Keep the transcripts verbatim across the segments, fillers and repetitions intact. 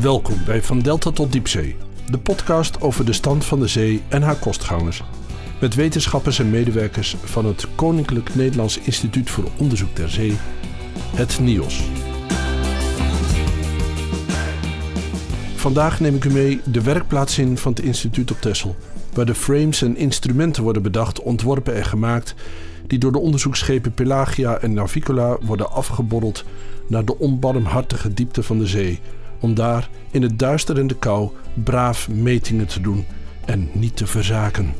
Welkom bij Van Delta tot Diepzee, de podcast over de stand van de zee en haar kostgangers. Met wetenschappers en medewerkers van het Koninklijk Nederlands Instituut voor Onderzoek ter Zee, het N I O S. Vandaag neem ik u mee de werkplaats in van het instituut op Texel, waar de frames en instrumenten worden bedacht, ontworpen en gemaakt die door de onderzoeksschepen Pelagia en Navicola worden afgeboddeld naar de onbarmhartige diepte van de zee, om daar in het duister en de kou braaf metingen te doen en niet te verzaken.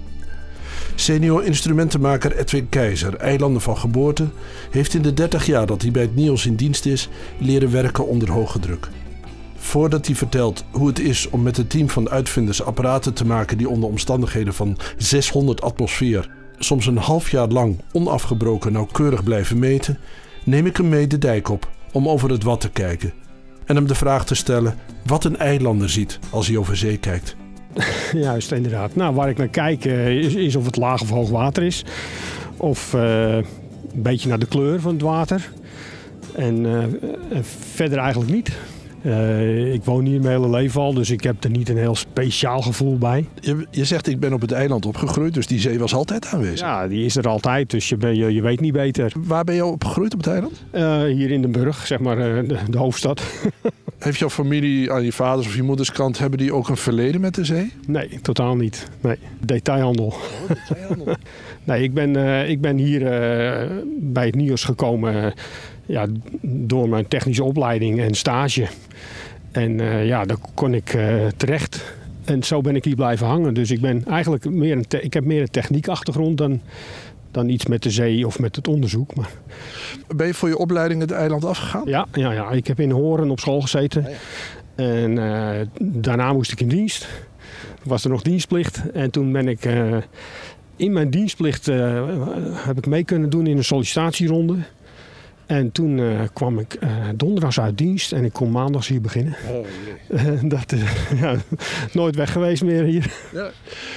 Senior instrumentenmaker Edwin Keizer, eilander van geboorte, heeft in de dertig jaar dat hij bij het N I O S in dienst is, leren werken onder hoge druk. Voordat hij vertelt hoe het is om met het team van uitvinders apparaten te maken die onder omstandigheden van zeshonderd atmosfeer soms een half jaar lang onafgebroken nauwkeurig blijven meten, neem ik hem mee de dijk op om over het wat te kijken en hem de vraag te stellen wat een eilander ziet als hij over zee kijkt. Juist, inderdaad. Nou, waar ik naar kijk uh, is, is of het laag of hoog water is. Of uh, een beetje naar de kleur van het water. En uh, verder eigenlijk niet. Uh, ik woon hier mijn hele leven al, dus ik heb er niet een heel speciaal gevoel bij. Je, je zegt ik ben op het eiland opgegroeid, dus die zee was altijd aanwezig. Ja, die is er altijd, dus je, ben, je, je weet niet beter. Waar ben je opgegroeid op het eiland? Uh, hier in Den Burg, zeg maar uh, de, de hoofdstad. Heeft jouw familie aan je vaders of je moeders kant, hebben die ook een verleden met de zee? Nee, totaal niet. Nee. Detailhandel. Oh, detailhandel. Nee, ik ben, uh, ik ben hier uh, bij het N I O S gekomen uh, ja, door mijn technische opleiding en stage. En uh, ja, daar kon ik uh, terecht. En zo ben ik hier blijven hangen. Dus ik ben eigenlijk meer een te- ik heb meer een techniekachtergrond dan, dan iets met de zee of met het onderzoek. Maar... Ben je voor je opleiding het eiland afgegaan? Ja, ja, ja. Ik heb in Horen op school gezeten. Ja, ja. En uh, daarna moest ik in dienst. Was er nog dienstplicht. En toen ben ik... Uh, in mijn dienstplicht uh, heb ik mee kunnen doen in een sollicitatieronde. En toen uh, kwam ik uh, donderdags uit dienst en ik kon maandags hier beginnen. Oh, nee. uh, dat is uh, ja, nooit weg geweest meer hier. Ja.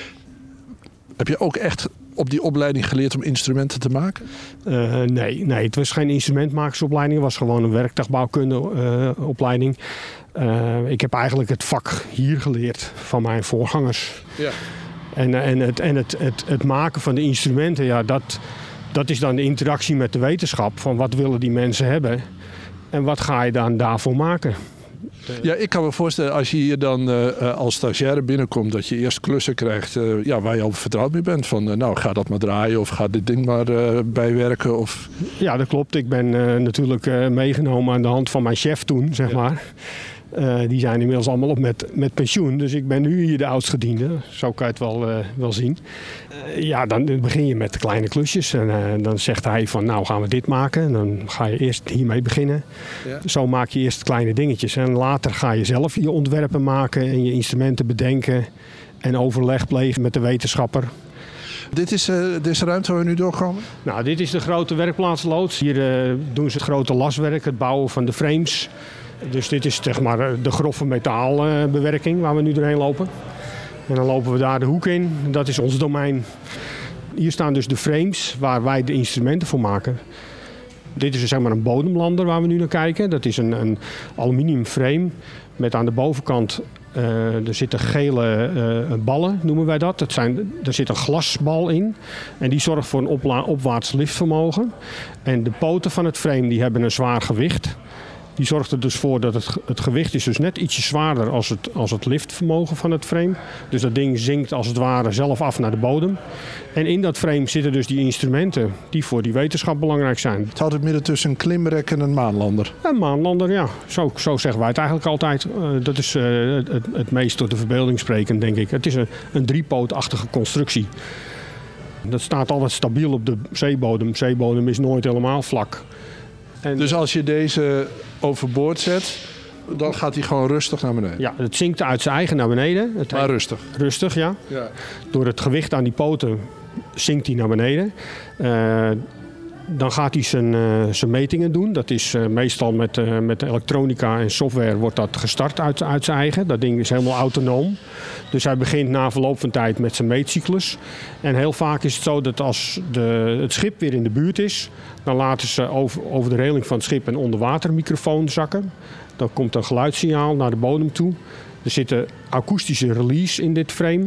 Heb je ook echt op die opleiding geleerd om instrumenten te maken? Uh, nee, nee, het was geen instrumentmakersopleiding. Het was gewoon een werktuigbouwkundeopleiding. Uh, uh, ik heb eigenlijk het vak hier geleerd van mijn voorgangers. Ja. En, en, het, en het, het, het maken van de instrumenten, ja, dat... Dat is dan de interactie met de wetenschap. Van wat willen die mensen hebben? En wat ga je dan daarvoor maken? Ja, ik kan me voorstellen als je hier dan uh, als stagiaire binnenkomt... dat je eerst klussen krijgt uh, ja, waar je al vertrouwd mee bent. Van uh, nou, ga dat maar draaien of ga dit ding maar uh, bijwerken. Of... Ja, dat klopt. Ik ben uh, natuurlijk uh, meegenomen aan de hand van mijn chef toen, zeg ja. maar. Uh, die zijn inmiddels allemaal op met, met pensioen. Dus ik ben nu hier de oudstgediende. Zo kan je het wel, uh, wel zien. Uh, ja, dan begin je met kleine klusjes. En uh, dan zegt hij van nou gaan we dit maken. En dan ga je eerst hiermee beginnen. Ja. Zo maak je eerst kleine dingetjes. En later ga je zelf je ontwerpen maken. En je instrumenten bedenken. En overleg plegen met de wetenschapper. Dit is, uh, dit is de ruimte waar we nu doorkomen? Nou, dit is de grote werkplaatsloods. Hier uh, doen ze het grote laswerk. Het bouwen van de frames. Dus dit is zeg maar de grove metaalbewerking waar we nu doorheen lopen. En dan lopen we daar de hoek in. Dat is ons domein. Hier staan dus de frames waar wij de instrumenten voor maken. Dit is zeg maar een bodemlander waar we nu naar kijken. Dat is een, een aluminium frame met aan de bovenkant... Uh, er zitten gele uh, ballen, noemen wij dat. dat zijn, er zit een glasbal in. En die zorgt voor een opla- opwaarts liftvermogen. En de poten van het frame die hebben een zwaar gewicht. Die zorgt er dus voor dat het, het gewicht is dus net ietsje zwaarder als het, als het liftvermogen van het frame. Dus dat ding zinkt als het ware zelf af naar de bodem. En in dat frame zitten dus die instrumenten die voor die wetenschap belangrijk zijn. Het houdt het midden tussen een klimrek en een maanlander. Een maanlander, ja. Zo, zo zeggen wij het eigenlijk altijd. Uh, dat is uh, het, het meest tot de verbeelding sprekend, denk ik. Het is een, een driepootachtige constructie. Dat staat altijd stabiel op de zeebodem. Zeebodem is nooit helemaal vlak. En dus als je deze overboord zet, dan gaat hij gewoon rustig naar beneden? Ja, het zinkt uit zijn eigen naar beneden. Het maar rustig? Rustig, ja. ja. Door het gewicht aan die poten zinkt hij naar beneden. Uh, Dan gaat hij zijn, uh, zijn metingen doen. Dat is uh, meestal met, uh, met elektronica en software wordt dat gestart uit, uit zijn eigen. Dat ding is helemaal autonoom. Dus hij begint na verloop van tijd met zijn meetcyclus. En heel vaak is het zo dat als de, het schip weer in de buurt is, dan laten ze over, over de reling van het schip een onderwatermicrofoon zakken. Dan komt een geluidssignaal naar de bodem toe. Er zit een akoestische release in dit frame.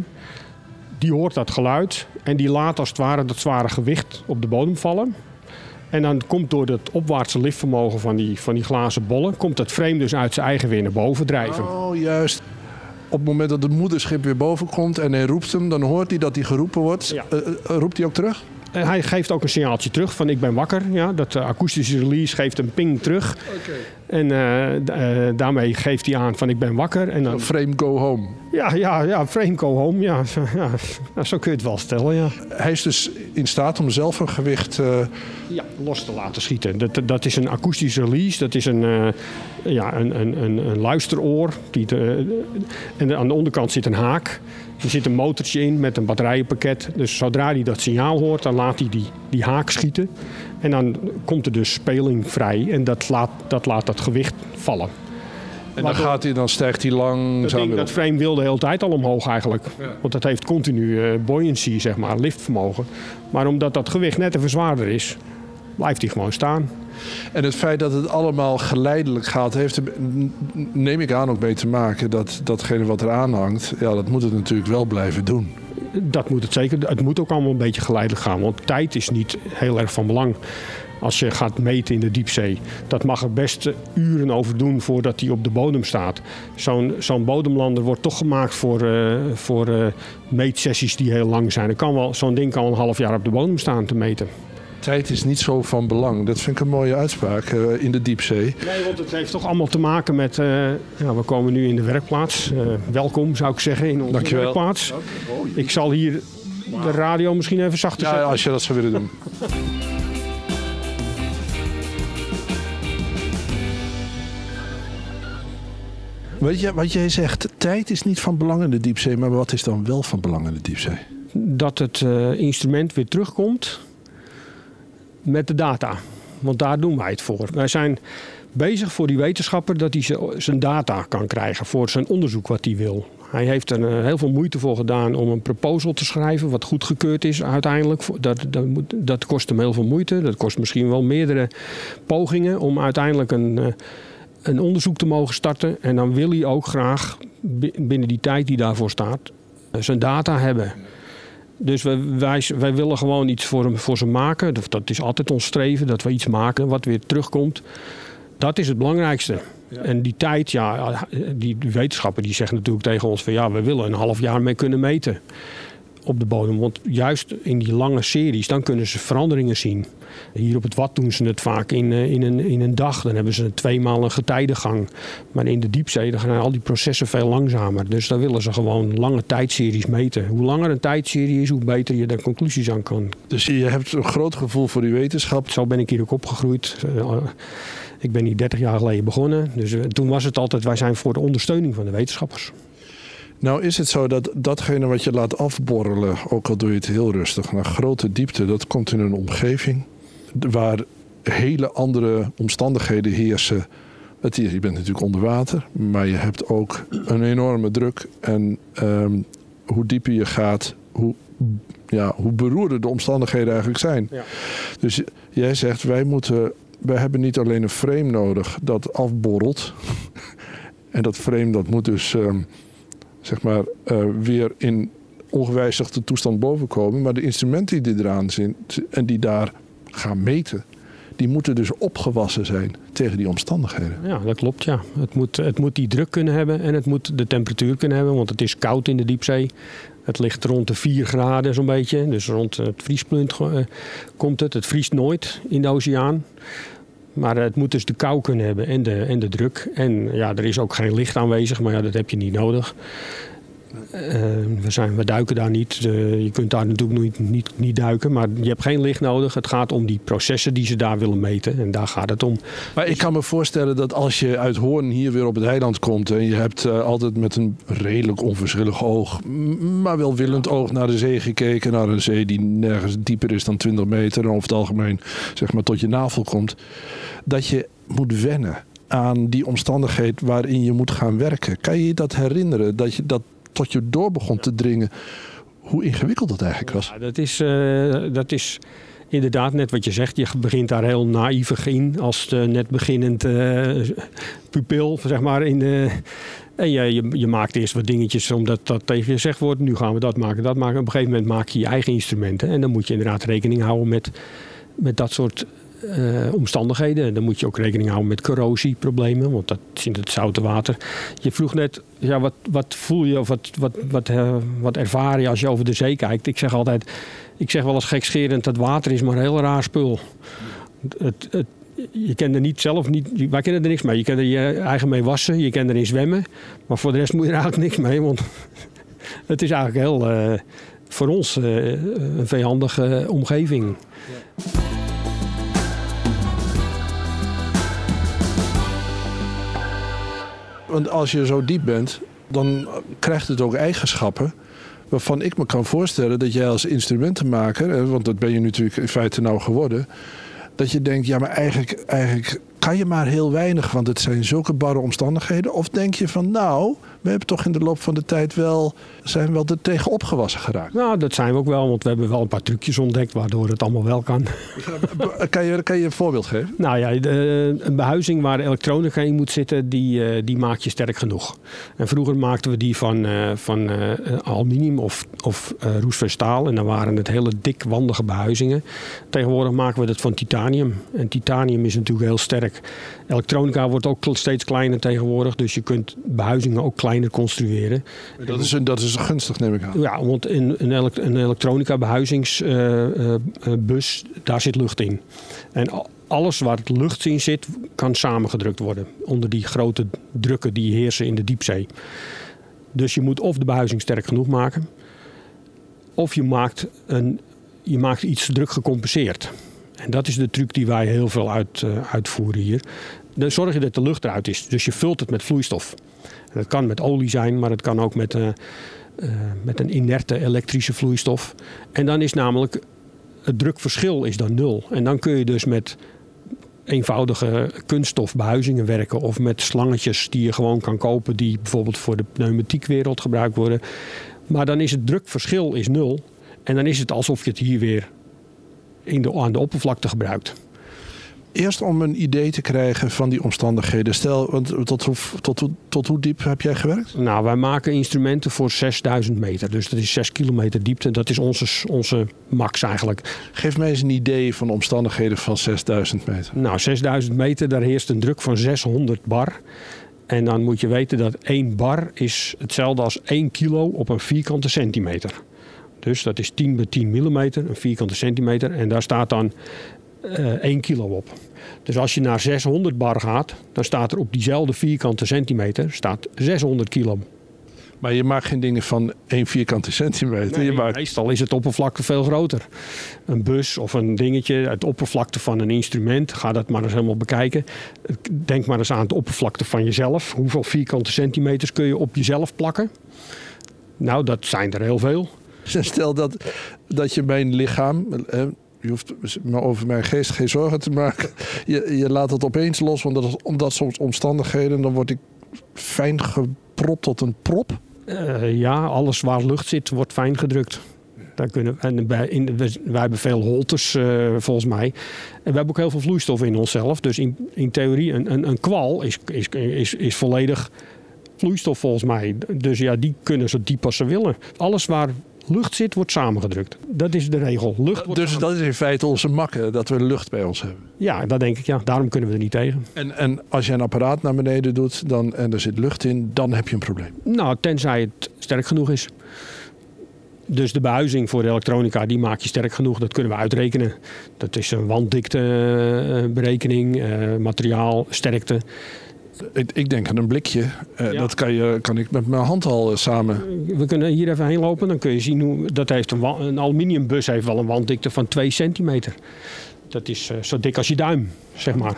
Die hoort dat geluid en die laat als het ware dat zware gewicht op de bodem vallen. En dan komt door het opwaartse liftvermogen van die, van die glazen bollen, komt dat frame dus uit zijn eigen weer naar boven drijven. Oh, juist. Op het moment dat het moederschip weer boven komt en hij roept hem, dan hoort hij dat hij geroepen wordt. Ja. Uh, roept hij ook terug? Uh, hij geeft ook een signaaltje terug van ik ben wakker. Ja, dat uh, akoestische release geeft een ping terug. Okay. En uh, d- uh, daarmee geeft hij aan van ik ben wakker. En dan... Frame go home. Ja, ja, ja, frame go home. Ja, zo, ja, nou, zo kun je het wel stellen, ja. Hij is dus in staat om zelf een gewicht Uh... ja, los te laten schieten. Dat, dat is een akoestische release. Dat is een, uh, ja, een, een, een, een luisteroor. Die de, en aan de onderkant zit een haak. Er zit een motortje in met een batterijenpakket. Dus zodra hij dat signaal hoort, dan laat hij die, die haak schieten. En dan komt er dus speling vrij. En dat laat dat, laat dat gewicht vallen. En dan, gaat hij, dan stijgt hij langzaam dat, weer dat frame wil de hele tijd al omhoog eigenlijk. Ja. Want dat heeft continu uh, buoyancy, zeg maar, liftvermogen. Maar omdat dat gewicht net even zwaarder is, blijft hij gewoon staan. En het feit dat het allemaal geleidelijk gaat, heeft er, neem ik aan, ook mee te maken dat datgene wat eraan hangt, ja, dat moet het natuurlijk wel blijven doen. Dat moet het zeker. Het moet ook allemaal een beetje geleidelijk gaan. Want tijd is niet heel erg van belang. Als je gaat meten in de diepzee. Dat mag er best uren over doen voordat hij op de bodem staat. Zo'n, zo'n bodemlander wordt toch gemaakt voor, uh, voor uh, meetsessies die heel lang zijn. Er kan wel, zo'n ding kan wel een half jaar op de bodem staan te meten. Tijd is niet zo van belang. Dat vind ik een mooie uitspraak uh, in de diepzee. Nee, want het heeft toch allemaal te maken met... Uh, ja, we komen nu in de werkplaats. Uh, welkom, zou ik zeggen, in onze Dankjewel. werkplaats. Ik zal hier de radio misschien even zachter ja, zetten. Als je dat zou willen doen. Weet je, wat jij zegt, tijd is niet van belang in de diepzee. Maar wat is dan wel van belang in de diepzee? Dat het uh, instrument weer terugkomt met de data. Want daar doen wij het voor. Wij zijn bezig voor die wetenschapper dat hij zijn data kan krijgen voor zijn onderzoek wat hij wil. Hij heeft er uh, heel veel moeite voor gedaan om een proposal te schrijven wat goedgekeurd is uiteindelijk. Dat, dat, dat kost hem heel veel moeite. Dat kost misschien wel meerdere pogingen om uiteindelijk een... Uh, een onderzoek te mogen starten. En dan wil hij ook graag binnen die tijd die daarvoor staat zijn data hebben. Dus wij, wij, wij willen gewoon iets voor hem, voor ze maken. Dat is altijd ons streven, dat we iets maken wat weer terugkomt. Dat is het belangrijkste. Ja. En die tijd, ja, die wetenschapper die zegt natuurlijk tegen ons van ja, we willen een half jaar mee kunnen meten op de bodem. Want juist in die lange series, dan kunnen ze veranderingen zien. Hier op het Wad doen ze het vaak in, in, een, in een dag. Dan hebben ze tweemaal een getijdengang. Maar in de diepzee dan gaan al die processen veel langzamer. Dus dan willen ze gewoon lange tijdseries meten. Hoe langer een tijdserie is, hoe beter je daar conclusies aan kan. Dus je hebt een groot gevoel voor die wetenschap. Zo ben ik hier ook opgegroeid. Ik ben hier dertig jaar geleden begonnen. Dus toen was het altijd, wij zijn voor de ondersteuning van de wetenschappers. Nou is het zo dat datgene wat je laat afborrelen, ook al doe je het heel rustig, naar grote diepte, dat komt in een omgeving waar hele andere omstandigheden heersen. Het, je bent natuurlijk onder water, maar je hebt ook een enorme druk. En um, hoe dieper je gaat, hoe, ja, hoe beroerder de omstandigheden eigenlijk zijn. Ja. Dus jij zegt, wij, moeten, wij hebben niet alleen een frame nodig dat afborrelt. En dat frame dat moet dus um, zeg maar, uh, weer in ongewijzigde toestand bovenkomen. Maar de instrumenten die eraan zijn en die daar gaan meten, die moeten dus opgewassen zijn tegen die omstandigheden. Ja, dat klopt, ja. Het moet, het moet die druk kunnen hebben en het moet de temperatuur kunnen hebben. Want het is koud in de diepzee. Het ligt rond de vier graden zo'n beetje. Dus rond het vriespunt uh, komt het. Het vriest nooit in de oceaan. Maar het moet dus de kou kunnen hebben en de, en de druk. En ja, er is ook geen licht aanwezig, maar ja, dat heb je niet nodig. Uh, we, zijn, we duiken daar niet. Uh, je kunt daar natuurlijk niet, niet, niet duiken. Maar je hebt geen licht nodig. Het gaat om die processen die ze daar willen meten. En daar gaat het om. Maar ik kan me voorstellen dat als je uit Hoorn hier weer op het eiland komt. En je hebt uh, altijd met een redelijk onverschillig oog. Maar welwillend oog naar de zee gekeken. Naar een zee die nergens dieper is dan twintig meter. En over het algemeen zeg maar tot je navel komt. Dat je moet wennen aan die omstandigheid waarin je moet gaan werken. Kan je je dat herinneren? Dat je dat tot je door begon te dringen. Hoe ingewikkeld dat eigenlijk was? Ja, dat is, uh, dat is inderdaad net wat je zegt. Je begint daar heel naïvig in. Als uh, net beginnend uh, pupil, zeg maar. In de, en je, je, je maakt eerst wat dingetjes omdat dat tegen je gezegd wordt. Nu gaan we dat maken, dat maken. Op een gegeven moment maak je je eigen instrumenten. En dan moet je inderdaad rekening houden met, met dat soort Uh, omstandigheden. En dan moet je ook rekening houden met corrosieproblemen, want dat is in het zoute water. Je vroeg net, ja, wat, wat voel je of wat, wat, wat, uh, wat ervaar je als je over de zee kijkt? Ik zeg altijd, ik zeg wel eens gekscherend, dat water is maar een heel raar spul. Het, het, je kent er niet zelf, niet, wij kennen er niks mee. Je kan er je eigen mee wassen, je kan erin zwemmen, maar voor de rest moet je er eigenlijk niks mee, want het is eigenlijk heel, uh, voor ons uh, een vijandige omgeving. Ja. Want als je zo diep bent, dan krijgt het ook eigenschappen waarvan ik me kan voorstellen dat jij als instrumentenmaker, want dat ben je natuurlijk in feite nou geworden, dat je denkt, ja maar eigenlijk, eigenlijk kan je maar heel weinig, want het zijn zulke barre omstandigheden. Of denk je van nou, we hebben toch in de loop van de tijd wel, zijn wel er tegen opgewassen geraakt? Nou, dat zijn we ook wel, want we hebben wel een paar trucjes ontdekt waardoor het allemaal wel kan. Kan je, kan je een voorbeeld geven? Nou ja, de, een behuizing waar elektronica in moet zitten, die, die maak je sterk genoeg. En vroeger maakten we die van, uh, van uh, aluminium of, of uh, roestvrij staal. En dan waren het hele dikwandige behuizingen. Tegenwoordig maken we dat van titanium. En titanium is natuurlijk heel sterk. Elektronica wordt ook steeds kleiner tegenwoordig, dus je kunt behuizingen ook kleiner construeren. Dat is, dat is gunstig, neem ik aan. Ja, want in een, elekt- een elektronica behuizingsbus, uh, uh, daar zit lucht in. En alles waar het lucht in zit, kan samengedrukt worden onder die grote drukken die heersen in de diepzee. Dus je moet of de behuizing sterk genoeg maken, of je maakt, een, je maakt iets druk gecompenseerd. En dat is de truc die wij heel veel uit, uh, uitvoeren hier. Dan zorg je dat de lucht eruit is. Dus je vult het met vloeistof. En dat kan met olie zijn, maar het kan ook met, uh, uh, met een inerte elektrische vloeistof. En dan is namelijk het drukverschil is dan nul. En dan kun je dus met eenvoudige kunststofbehuizingen werken. Of met slangetjes die je gewoon kan kopen, die bijvoorbeeld voor de pneumatiekwereld gebruikt worden. Maar dan is het drukverschil is nul. En dan is het alsof je het hier weer in de, aan de oppervlakte gebruikt. Eerst om een idee te krijgen van die omstandigheden. Stel, want tot, tot, tot, tot hoe diep heb jij gewerkt? Nou, wij maken instrumenten voor zesduizend meter. Dus dat is zes kilometer diepte. Dat is onze, onze max eigenlijk. Geef mij eens een idee van de omstandigheden van zesduizend meter. Nou, zesduizend meter, daar heerst een druk van zeshonderd bar. En dan moet je weten dat één bar is hetzelfde als één kilo op een vierkante centimeter. Dus dat is tien bij tien millimeter, een vierkante centimeter. En daar staat dan uh, één kilo op. Dus als je naar zeshonderd bar gaat, dan staat er op diezelfde vierkante centimeter staat zeshonderd kilo. Maar je maakt geen dingen van één vierkante centimeter. Nee, je maakt... Meestal is het oppervlakte veel groter. Een bus of een dingetje, het oppervlakte van een instrument. Ga dat maar eens helemaal bekijken. Denk maar eens aan het oppervlakte van jezelf. Hoeveel vierkante centimeters kun je op jezelf plakken? Nou, dat zijn er heel veel. Stel dat, dat je mijn lichaam, je hoeft maar over mijn geest geen zorgen te maken. Je, je laat het opeens los, want dat, omdat soms omstandigheden, dan word ik fijn gepropt tot een prop. Uh, ja, alles waar lucht zit, wordt fijn gedrukt. Daar kunnen, en bij, in, wij hebben veel holtes, uh, volgens mij. En we hebben ook heel veel vloeistof in onszelf. Dus in, in theorie, een, een, een kwal is, is, is, is volledig vloeistof volgens mij. Dus ja, die kunnen zo diep als ze willen. Alles waar lucht zit, wordt samengedrukt. Dat is de regel. Lucht wordt dus samen... dat is in feite onze makke, dat we lucht bij ons hebben. Ja, dat denk ik. Ja. Daarom kunnen we er niet tegen. En, en als je een apparaat naar beneden doet dan, en er zit lucht in, dan heb je een probleem? Nou, tenzij het sterk genoeg is. Dus de behuizing voor de elektronica, die maak je sterk genoeg. Dat kunnen we uitrekenen. Dat is een wanddikte uh, berekening, uh, materiaal, sterkte. Ik, ik denk aan een blikje. Uh, ja. Dat kan, je, kan ik met mijn hand al uh, samen. We kunnen hier even heen lopen. Dan kun je zien hoe dat heeft een, een aluminiumbus heeft wel een wanddikte van twee centimeter. Dat is uh, zo dik als je duim, zeg maar.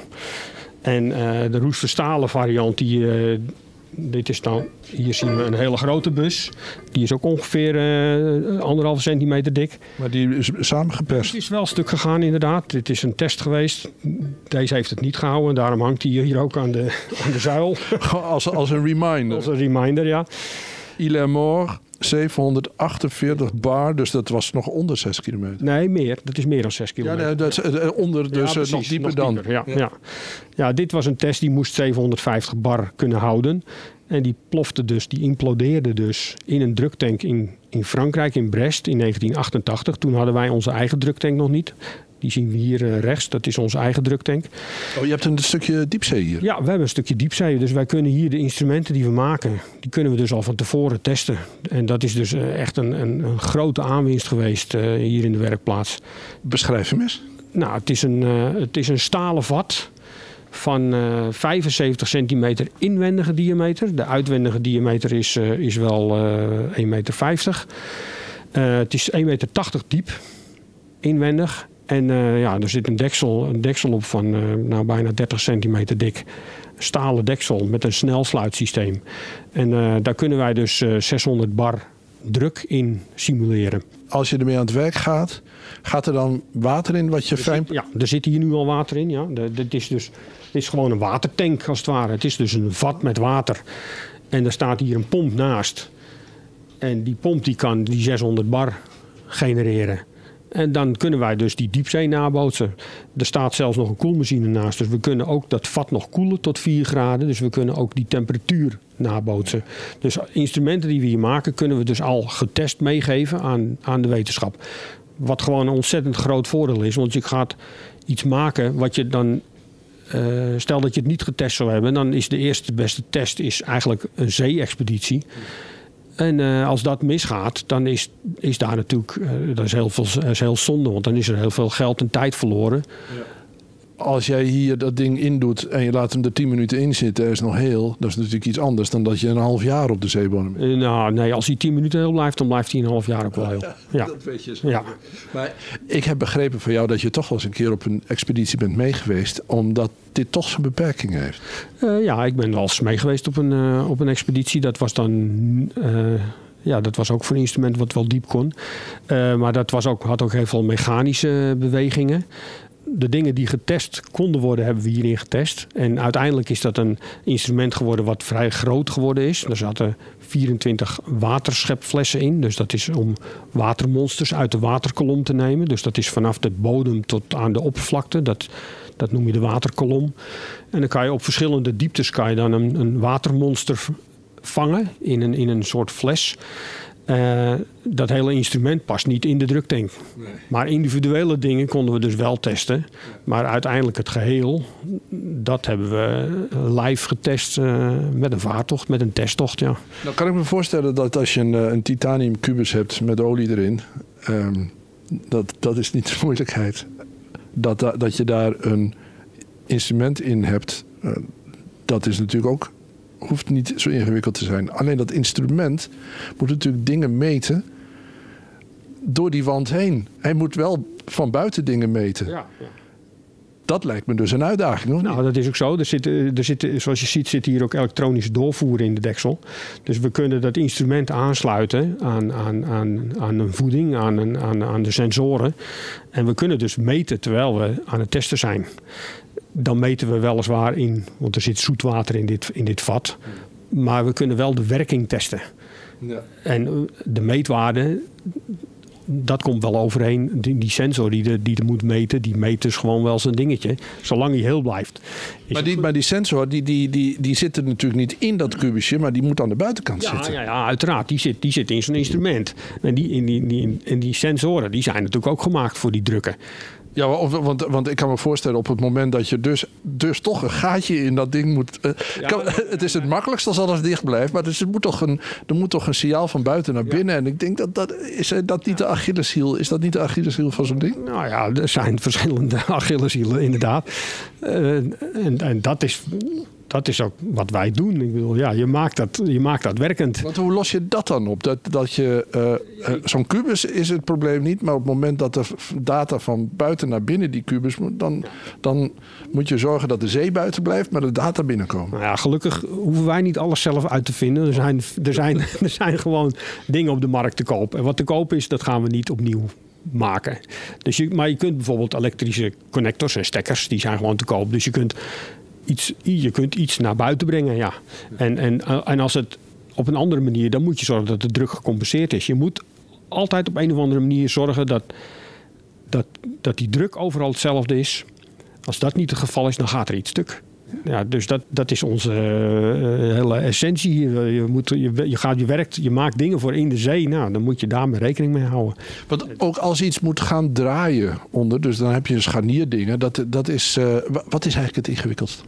En uh, de roestverstalen variant, die, uh, dit is dan, hier zien we een hele grote bus. Die is ook ongeveer uh, anderhalve centimeter dik. Maar die is samengeperst? Het is wel een stuk gegaan inderdaad. Dit is een test geweest. Deze heeft het niet gehouden. Daarom hangt hij hier ook aan de, aan de zuil. als, als een reminder? Als een reminder, ja. Il est mort. zevenhonderdachtenveertig bar, dus dat was nog onder zes kilometer. Nee, meer. Dat is meer dan zes kilometer. Ja, dat is onder, dus ja, precies, nog dieper nog dan. Dieper, ja, ja. Ja. ja, dit was een test die moest zevenhonderdvijftig bar kunnen houden. En die plofte dus, die implodeerde dus in een druktank in, in Frankrijk, in Brest, in negentien achtentachtig. Toen hadden wij onze eigen druktank nog niet. Die zien we hier uh, rechts, dat is onze eigen druktank. Oh, je hebt een stukje diepzee hier? Ja, we hebben een stukje diepzee. Dus wij kunnen hier de instrumenten die we maken, die kunnen we dus al van tevoren testen. En dat is dus uh, echt een, een, een grote aanwinst geweest uh, hier in de werkplaats. Beschrijf hem eens. Nou, het is een, uh, het is een stalen vat van uh, vijfenzeventig centimeter inwendige diameter. De uitwendige diameter is, uh, is wel uh, één komma vijftig meter. Uh, het is één komma tachtig meter diep, inwendig. En uh, ja, er zit een deksel, een deksel op van uh, nou, bijna dertig centimeter dik. Stalen deksel met een snelsluitsysteem. En uh, daar kunnen wij dus uh, zeshonderd bar druk in simuleren. Als je ermee aan het werk gaat, gaat er dan water in wat je er fijn... Zit, ja, er zit hier nu al water in. Ja. Dit is dus, dit is gewoon een watertank als het ware. Het is dus een vat met water. En er staat hier een pomp naast. En die pomp die kan die zeshonderd bar genereren. En dan kunnen wij dus die diepzee nabootsen. Er staat zelfs nog een koelmachine naast. Dus we kunnen ook dat vat nog koelen tot vier graden. Dus we kunnen ook die temperatuur nabootsen. Dus instrumenten die we hier maken, kunnen we dus al getest meegeven aan, aan de wetenschap. Wat gewoon een ontzettend groot voordeel is. Want je gaat iets maken wat je dan... Uh, stel dat je het niet getest zou hebben, dan is de eerste beste test is eigenlijk een zee-expeditie. En uh, als dat misgaat, dan is, is daar natuurlijk uh, dat is heel, veel, is heel zonde, want dan is er heel veel geld en tijd verloren. Ja. Als jij hier dat ding indoet en je laat hem er tien minuten in zitten, hij is nog heel, dat is natuurlijk iets anders dan dat je een half jaar op de zeebodem bent. Uh, nou, nee, als hij tien minuten heel blijft, dan blijft hij een half jaar ook wel heel. Ja, ja. Dat weet je zo. Ja. Maar ik heb begrepen van jou dat je toch wel eens een keer op een expeditie bent meegeweest, omdat dit toch zijn beperkingen heeft. Uh, ja, ik ben wel eens mee geweest op een, uh, op een expeditie. Dat was dan... Uh, Ja, dat was ook voor een instrument wat wel diep kon. Uh, maar dat was ook, had ook heel veel mechanische bewegingen. De dingen die getest konden worden, hebben we hierin getest. En uiteindelijk is dat een instrument geworden wat vrij groot geworden is. Er zaten vierentwintig waterschepflessen in. Dus dat is om watermonsters uit de waterkolom te nemen. Dus dat is vanaf de bodem tot aan de oppervlakte. Dat, dat noem je de waterkolom. En dan kan je op verschillende dieptes kan je dan een, een watermonster vangen in een, in een soort fles. Uh, dat hele instrument past niet in de druktank. Nee. Maar individuele dingen konden we dus wel testen. Ja. Maar uiteindelijk het geheel, dat hebben we live getest uh, met een vaartocht, met een testtocht. Ja. Nou kan ik me voorstellen dat als je een, een titanium kubus hebt met olie erin, um, dat, dat is niet de moeilijkheid. Dat, dat je daar een instrument in hebt, uh, dat is natuurlijk ook... hoeft niet zo ingewikkeld te zijn. Alleen dat instrument moet natuurlijk dingen meten door die wand heen. Hij moet wel van buiten dingen meten. Ja, ja. Dat lijkt me dus een uitdaging, of niet? Nou, dat is ook zo. Er zit, er zit, zoals je ziet, zit hier ook elektronische doorvoer in de deksel. Dus we kunnen dat instrument aansluiten aan, aan, aan, aan een voeding, aan, een, aan, aan de sensoren. En we kunnen dus meten terwijl we aan het testen zijn. Dan meten we weliswaar in, want er zit zoetwater in dit, in dit vat. Maar we kunnen wel de werking testen. Ja. En de meetwaarde, dat komt wel overeen. Die, die sensor die er die moet meten, die meet dus gewoon wel zijn dingetje. Zolang hij heel blijft. Maar die, maar die sensor, die, die, die, die zit er natuurlijk niet in dat kubusje, maar die moet aan de buitenkant ja, zitten. Ja, ja, uiteraard. Die zit, die zit in zo'n instrument. En die, die, die, en die sensoren, die zijn natuurlijk ook gemaakt voor die drukken. Ja, want, want ik kan me voorstellen op het moment dat je dus, dus toch een gaatje in dat ding moet... Uh, ja, kan, het is het makkelijkst als alles dicht blijft, maar dus er, moet toch een, er moet toch een signaal van buiten naar binnen. Ja. En ik denk dat dat is dat niet de Achilleshiel. Is dat niet de Achilleshiel van zo'n ding? Nou ja, er zijn verschillende Achilleshielen inderdaad. Uh, en, en dat is... dat is ook wat wij doen. Ik bedoel, ja, je maakt dat, je maakt dat werkend. Want hoe los je dat dan op? Dat, dat je, uh, uh, zo'n kubus is het probleem niet, maar op het moment dat er data van buiten naar binnen die kubus moet, dan, dan moet je zorgen dat de zee buiten blijft, maar de data binnenkomen. Nou ja, gelukkig hoeven wij niet alles zelf uit te vinden. Er zijn, er zijn, er zijn gewoon dingen op de markt te koop. En wat te koop is, dat gaan we niet opnieuw maken. Dus je, maar je kunt bijvoorbeeld elektrische connectors en stekkers, die zijn gewoon te koop. Dus je kunt iets, je kunt iets naar buiten brengen, ja. En, en, en als het op een andere manier, dan moet je zorgen dat de druk gecompenseerd is. Je moet altijd op een of andere manier zorgen dat, dat, dat die druk overal hetzelfde is. Als dat niet het geval is, dan gaat er iets stuk. Ja, dus dat, dat is onze uh, hele essentie hier. Je, moet, je, je, gaat, je werkt, je maakt dingen voor in de zee. Nou, dan moet je daar rekening mee houden. Want ook als iets moet gaan draaien onder, dus dan heb je een scharnierdingen. Dat, dat is, uh, wat is eigenlijk het ingewikkeldste?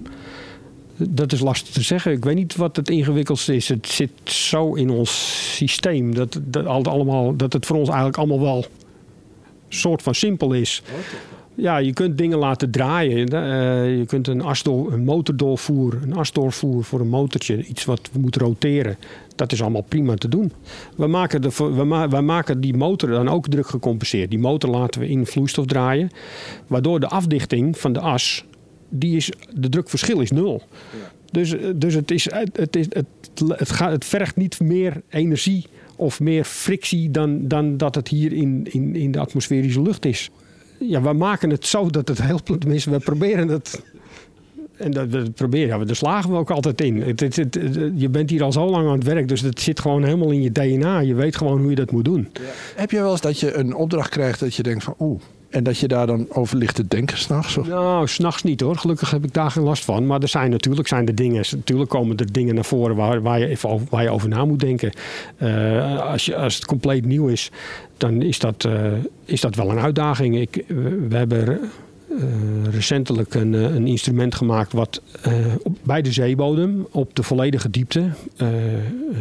Dat is lastig te zeggen. Ik weet niet wat het ingewikkeldste is. Het zit zo in ons systeem dat, dat, allemaal, dat het voor ons eigenlijk allemaal wel een soort van simpel is. Ja, je kunt dingen laten draaien. Uh, je kunt een, asdoor, een motordoorvoer, een asdoorvoer voor een motortje, iets wat moet roteren. Dat is allemaal prima te doen. We maken, de, we, ma- we maken die motor dan ook druk gecompenseerd. Die motor laten we in vloeistof draaien, waardoor de afdichting van de as, die is, de drukverschil is nul. Ja. Dus, dus het, is, het, is, het, het, gaat, het vergt niet meer energie of meer frictie dan, dan dat het hier in, in, in de atmosferische lucht is. Ja, we maken het zo dat het heel... Tenminste, we proberen het... En dat we proberen, ja, daar slagen we ook altijd in. Het, het, het, je bent hier al zo lang aan het werk, dus het zit gewoon helemaal in je D N A. Je weet gewoon hoe je dat moet doen. Ja. Heb je wel eens dat je een opdracht krijgt dat je denkt van oeh, en dat je daar dan over ligt te denken s'nachts? Of? Nou, s'nachts niet hoor. Gelukkig heb ik daar geen last van. Maar er zijn natuurlijk zijn er dingen, natuurlijk komen er dingen naar voren waar, waar, je, even over, waar je over na moet denken. Uh, als, je, als het compleet nieuw is, dan is dat, uh, is dat wel een uitdaging. Ik, we, we hebben uh, recentelijk een, een instrument gemaakt wat uh, op, bij de zeebodem op de volledige diepte uh, uh,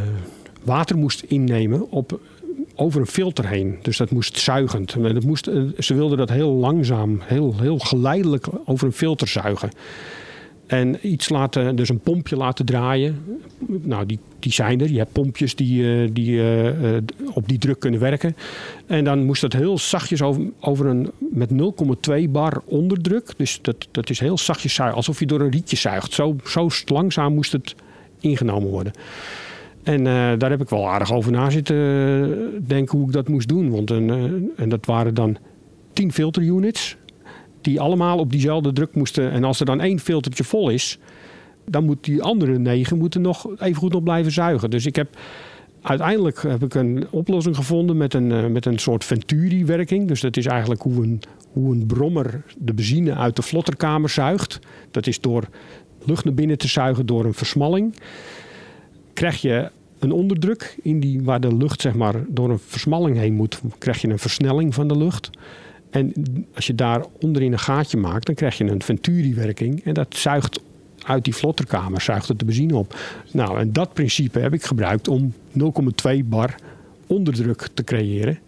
water moest innemen op... over een filter heen. Dus dat moest zuigend. Dat moest, ze wilden dat heel langzaam, heel, heel geleidelijk over een filter zuigen. En iets laten, dus een pompje laten draaien. Nou, die, die zijn er. Je hebt pompjes die, die uh, op die druk kunnen werken. En dan moest dat heel zachtjes over, over een, met nul komma twee bar onderdruk. Dus dat, dat is heel zachtjes zuigen. Alsof je door een rietje zuigt. Zo, zo langzaam moest het ingenomen worden. En uh, daar heb ik wel aardig over na zitten denken hoe ik dat moest doen. Want een, uh, en dat waren dan tien filterunits die allemaal op diezelfde druk moesten. En als er dan één filtertje vol is, dan moet die andere negen moeten nog even goed op blijven zuigen. Dus ik heb uiteindelijk heb ik een oplossing gevonden met een, uh, met een soort Venturi-werking. Dus dat is eigenlijk hoe een, hoe een brommer de benzine uit de vlotterkamer zuigt. Dat is door lucht naar binnen te zuigen door een versmalling. Krijg je een onderdruk in die, waar de lucht zeg maar, door een versmalling heen moet, krijg je een versnelling van de lucht. En als je daar onderin een gaatje maakt, dan krijg je een Venturi-werking. En dat zuigt uit die vlotterkamer, zuigt het de benzine op. Nou, en dat principe heb ik gebruikt om nul komma twee bar onderdruk te creëren.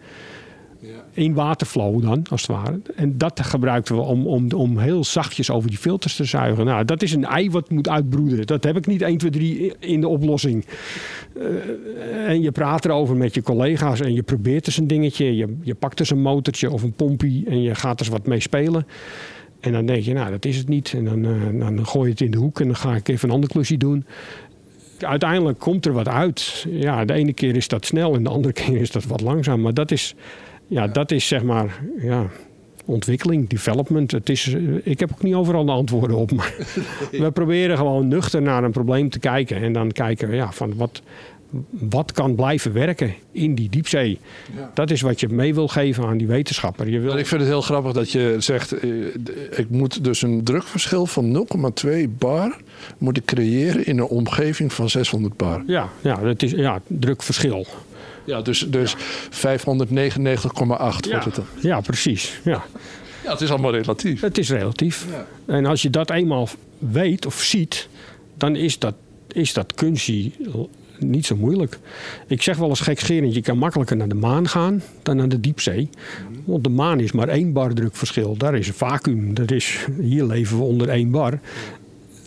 In waterflow dan, als het ware. En dat gebruikten we om, om, om heel zachtjes over die filters te zuigen. Nou, dat is een ei wat moet uitbroeden. Dat heb ik niet één, twee, drie in de oplossing. Uh, en je praat erover met je collega's en je probeert eens een dingetje. Je, je pakt eens een motortje of een pompie en je gaat er wat mee spelen. En dan denk je, nou, dat is het niet. En dan, uh, dan gooi je het in de hoek en dan ga ik even een ander klusje doen. Uiteindelijk komt er wat uit. Ja, de ene keer is dat snel en de andere keer is dat wat langzaam. Maar dat is... Ja, dat is zeg maar ja, ontwikkeling, development. Het is, ik heb ook niet overal de antwoorden op. Maar we proberen gewoon nuchter naar een probleem te kijken. En dan kijken ja, van wat, wat kan blijven werken in die diepzee. Ja. Dat is wat je mee wil geven aan die wetenschapper. Je wil... Ik vind het heel grappig dat je zegt... ik moet dus een drukverschil van nul komma twee bar... moet ik creëren in een omgeving van zeshonderd bar. Ja, ja, dat is ja, drukverschil. Ja, dus, dus ja. vijfhonderdnegenennegentig komma acht ja. wordt het dan. Ja, precies. Ja. ja, het is allemaal relatief. Het is relatief. Ja. En als je dat eenmaal weet of ziet, dan is dat, is dat kunstje niet zo moeilijk. Ik zeg wel eens gekscherend, je kan makkelijker naar de maan gaan dan naar de diepzee. Want de maan is maar één bar drukverschil. Daar is een vacuüm. Dat is, hier leven we onder één bar.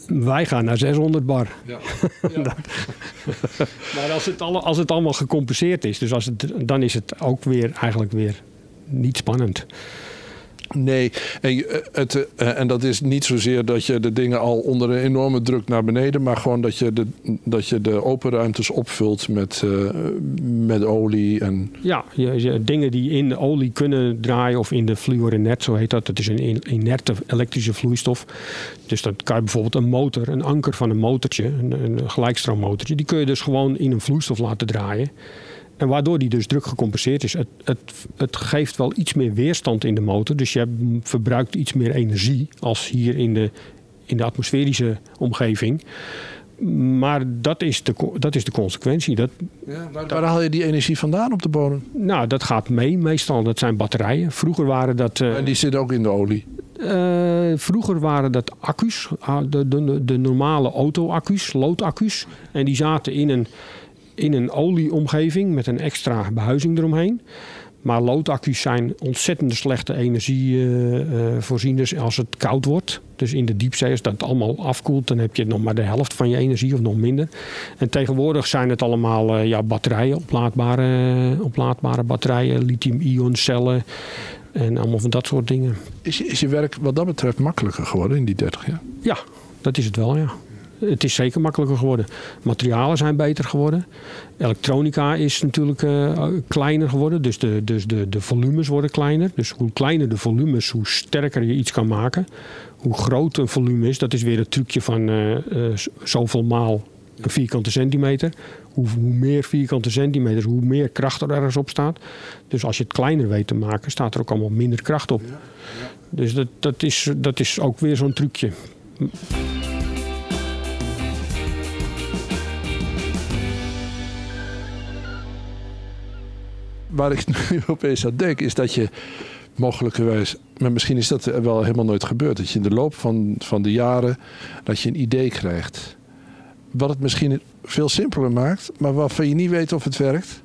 Wij gaan naar zeshonderd bar. Ja. Ja. Maar als het, alle, als het allemaal gecompenseerd is, dus als het, dan is het ook weer eigenlijk weer niet spannend. Nee, en, het, en dat is niet zozeer dat je de dingen al onder een enorme druk naar beneden, maar gewoon dat je de, dat je de open ruimtes opvult met, uh, met olie. En... Ja, je, je, dingen die in de olie kunnen draaien of in de fluorinert, zo heet dat. Dat is een inerte elektrische vloeistof. Dus dan kan je bijvoorbeeld een motor, een anker van een motortje, een, een gelijkstroommotortje, die kun je dus gewoon in een vloeistof laten draaien. En waardoor die dus druk gecompenseerd is. Het, het, het geeft wel iets meer weerstand in de motor. Dus je verbruikt iets meer energie als hier in de, in de atmosferische omgeving. Maar dat is de, dat is de consequentie. Dat, ja, waar, waar haal je die energie vandaan op de bodem? Nou, dat gaat mee meestal. Dat zijn batterijen. Vroeger waren dat... Uh, en die zitten ook in de olie? Uh, vroeger waren dat accu's. De, de, de normale auto-accu's, loodaccu's. En die zaten in een... in een olieomgeving met een extra behuizing eromheen. Maar loodaccu's zijn ontzettend slechte energievoorzieners uh, uh, als het koud wordt. Dus in de diepzee, als dat allemaal afkoelt, dan heb je nog maar de helft van je energie of nog minder. En tegenwoordig zijn het allemaal uh, ja, batterijen, oplaadbare, oplaadbare batterijen, lithium-ion cellen en allemaal van dat soort dingen. Is je, is je werk wat dat betreft makkelijker geworden in die dertig jaar? Ja, dat is het wel, ja. Het is zeker makkelijker geworden. Materialen zijn beter geworden. Elektronica is natuurlijk uh, kleiner geworden. Dus, de, dus de, de volumes worden kleiner. Dus hoe kleiner de volumes, hoe sterker je iets kan maken. Hoe groot een volume is, dat is weer het trucje van uh, uh, zoveel maal een vierkante centimeter. Hoe, hoe meer vierkante centimeters, hoe meer kracht er ergens op staat. Dus als je het kleiner weet te maken, staat er ook allemaal minder kracht op. Ja, ja. Dus dat, dat, is, dat is ook weer zo'n trucje. Waar ik nu opeens aan denk, is dat je mogelijkerwijs, maar misschien is dat wel helemaal nooit gebeurd, dat je in de loop van, van de jaren, dat je een idee krijgt. Wat het misschien veel simpeler maakt, maar waarvan je niet weet of het werkt.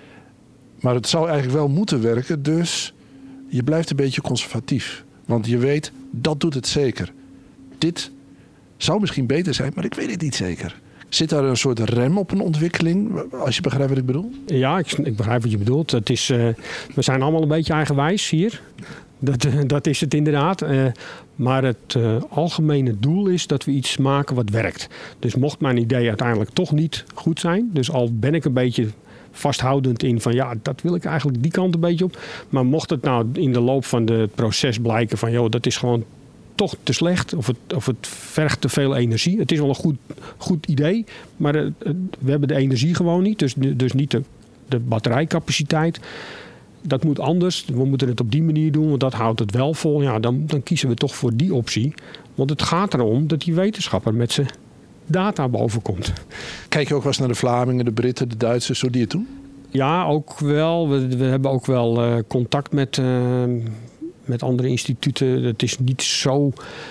Maar het zou eigenlijk wel moeten werken, dus je blijft een beetje conservatief. Want je weet, dat doet het zeker. Dit zou misschien beter zijn, maar ik weet het niet zeker. Zit daar een soort rem op een ontwikkeling, als je begrijpt wat ik bedoel? Ja, ik, ik begrijp wat je bedoelt. Het is, uh, we zijn allemaal een beetje eigenwijs hier. Dat, uh, dat is het inderdaad. Uh, maar het uh, algemene doel is dat we iets maken wat werkt. Dus mocht mijn idee uiteindelijk toch niet goed zijn, dus al ben ik een beetje vasthoudend in van ja, dat wil ik eigenlijk die kant een beetje op. Maar mocht het nou in de loop van het proces blijken van joh, dat is gewoon toch te slecht of het, of het vergt te veel energie. Het is wel een goed, goed idee, maar uh, we hebben de energie gewoon niet. Dus, dus niet de, de batterijcapaciteit. Dat moet anders. We moeten het op die manier doen, want dat houdt het wel vol. Ja, dan, dan kiezen we toch voor die optie. Want het gaat erom dat die wetenschapper met zijn data boven komt. Kijk je ook wel eens naar de Vlamingen, de Britten, de Duitsers, zo die het doen? Ja, ook wel. We, we hebben ook wel uh, contact met... Uh, met andere instituten. Het is niet zo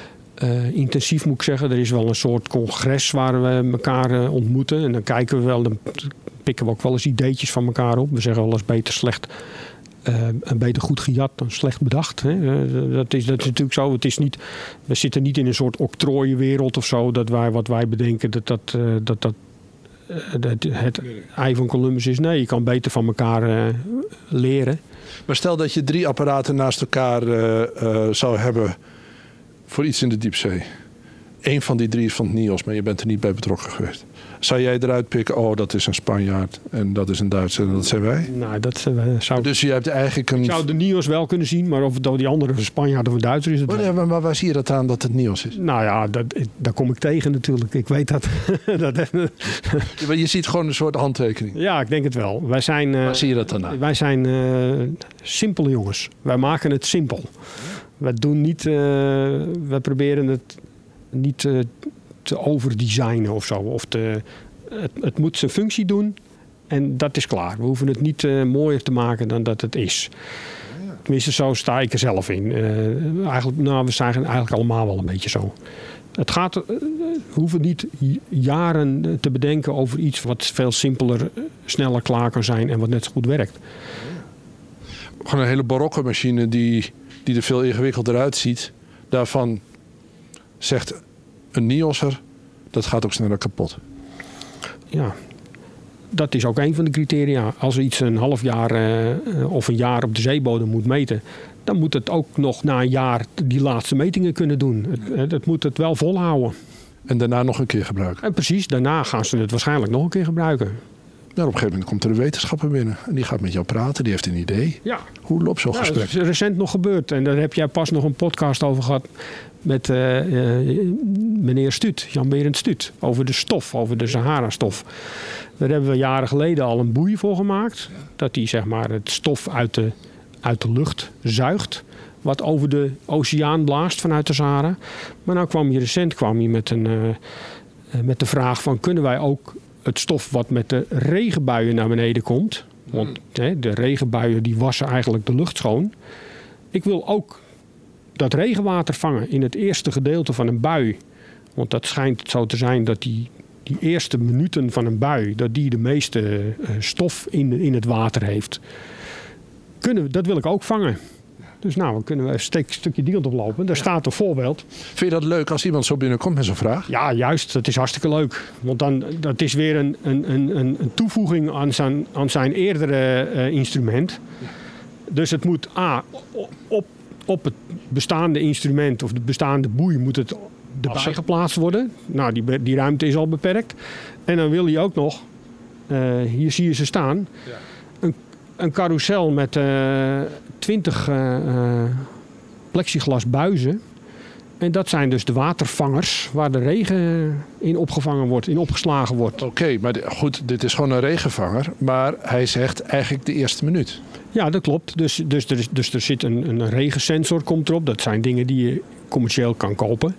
uh, intensief, moet ik zeggen. Er is wel een soort congres waar we elkaar uh, ontmoeten. En dan kijken we wel, dan pikken we ook wel eens ideetjes van elkaar op. We zeggen wel eens beter slecht, uh, en beter goed gejat dan slecht bedacht. Hè. Uh, dat, is, dat is natuurlijk zo. Het is niet, we zitten niet in een soort octrooienwereld of zo. Dat wij wat wij bedenken, dat dat, uh, dat, dat uh, het, het ei van Columbus is. Nee, je kan beter van elkaar uh, leren. Maar stel dat je drie apparaten naast elkaar uh, uh, zou hebben voor iets in de diepzee. Eén van die drie is van het N I O S, maar je bent er niet bij betrokken geweest. Zou jij eruit pikken, oh, dat is een Spanjaard en dat is een Duitser en dat zijn wij? Nou, dat uh, zou... Dus je hebt eigenlijk een... Ik zou de N I O S wel kunnen zien, maar of het die andere een Spanjaard of een Duitser is... Het oh, nee, maar, maar waar zie je dat aan dat het N I O S is? Nou ja, dat, daar kom ik tegen natuurlijk. Ik weet dat. dat ja, maar je ziet gewoon een soort handtekening. Ja, ik denk het wel. Wij zijn... Uh, waar zie je dat dan aan? Wij zijn uh, simpele jongens. Wij maken het simpel. Ja. Wij doen niet... Uh, wij proberen het niet uh, te overdesignen of zo. Of te, het, het moet zijn functie doen en dat is klaar. We hoeven het niet uh, mooier te maken dan dat het is. Ja. Tenminste, zo sta ik er zelf in. Uh, eigenlijk, nou, we zijn eigenlijk allemaal wel een beetje zo. Het gaat, uh, we hoeven niet jaren te bedenken over iets wat veel simpeler, sneller klaar kan zijn en wat net zo goed werkt. Ja. Gewoon een hele barokke machine die, die er veel ingewikkelder uitziet. Daarvan zegt een NIOS'er, dat gaat ook sneller kapot. Ja, dat is ook een van de criteria. Als er iets een half jaar uh, of een jaar op de zeebodem moet meten, dan moet het ook nog na een jaar die laatste metingen kunnen doen. Het, het moet het wel volhouden. En daarna nog een keer gebruiken. En precies, daarna gaan ze het waarschijnlijk nog een keer gebruiken. Nou, op een gegeven moment komt er een wetenschapper binnen. En die gaat met jou praten, die heeft een idee. Ja. Hoe loopt zo'n ja, gesprek? Dat is recent nog gebeurd. En daar heb jij pas nog een podcast over gehad met uh, uh, meneer Stuut, Jan Berend Stuut. Over de stof, over de Sahara-stof. Daar hebben we jaren geleden al een boei voor gemaakt. Dat die zeg maar het stof uit de, uit de lucht zuigt. Wat over de oceaan blaast vanuit de Sahara. Maar nou kwam je recent kwam je met, een, uh, met de vraag van, kunnen wij ook het stof wat met de regenbuien naar beneden komt. Want hè, de regenbuien die wassen eigenlijk de lucht schoon. Ik wil ook dat regenwater vangen in het eerste gedeelte van een bui. Want dat schijnt zo te zijn dat die, die eerste minuten van een bui, dat die de meeste uh, stof in, in het water heeft. Kunnen we, dat wil ik ook vangen. Dus nou, dan kunnen we een stuk, stukje die kant oplopen. Daar staat een voorbeeld. Vind je dat leuk als iemand zo binnenkomt met zo'n vraag? Ja, juist. Dat is hartstikke leuk. Want dan, dat is weer een, een, een, een toevoeging aan zijn, aan zijn eerdere uh, instrument. Dus het moet A, op, op het bestaande instrument of de bestaande boei moet het erbij geplaatst worden. Nou, die, die ruimte is al beperkt. En dan wil hij ook nog, uh, hier zie je ze staan, ja. een, een carousel met uh, twintig uh, uh, plexiglas buizen. En dat zijn dus de watervangers waar de regen in opgevangen wordt, in opgeslagen wordt. Oké, okay, maar goed, dit is gewoon een regenvanger. Maar hij zegt eigenlijk de eerste minuut. Ja, dat klopt. Dus, dus, er, is, dus er zit een, een regensensor komt erop. Dat zijn dingen die je commercieel kan kopen.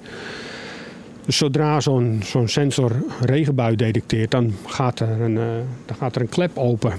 Dus zodra zo'n, zo'n sensor regenbui detecteert, dan gaat er een, uh, dan gaat er een klep open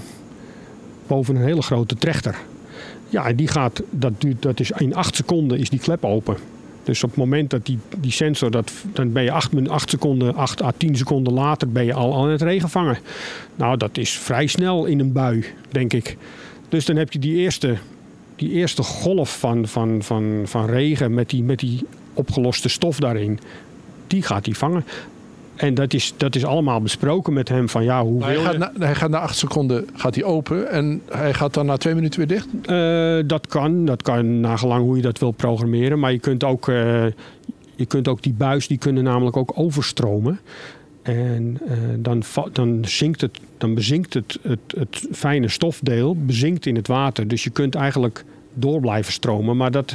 boven een hele grote trechter. Ja, en die gaat, dat duurt, dat is in acht seconden is die klep open. Dus op het moment dat die, die sensor, dat, dan ben je acht, acht seconden, acht à tien seconden later ben je al aan het regen vangen. Nou, dat is vrij snel in een bui, denk ik. Dus dan heb je die eerste, die eerste golf van, van, van, van regen met die, met die opgeloste stof daarin. Die gaat hij vangen. En dat is, dat is allemaal besproken met hem van ja, hoe hij wil gaat je... na, hij gaat na acht seconden gaat hij open en hij gaat dan na twee minuten weer dicht? Uh, dat kan. Dat kan nagelang hoe je dat wil programmeren. Maar je kunt ook, uh, je kunt ook die buis, die kunnen namelijk ook overstromen. En uh, dan, dan, zinkt het, dan bezinkt het, het, het fijne stofdeel bezinkt in het water. Dus je kunt eigenlijk door blijven stromen. Maar dat...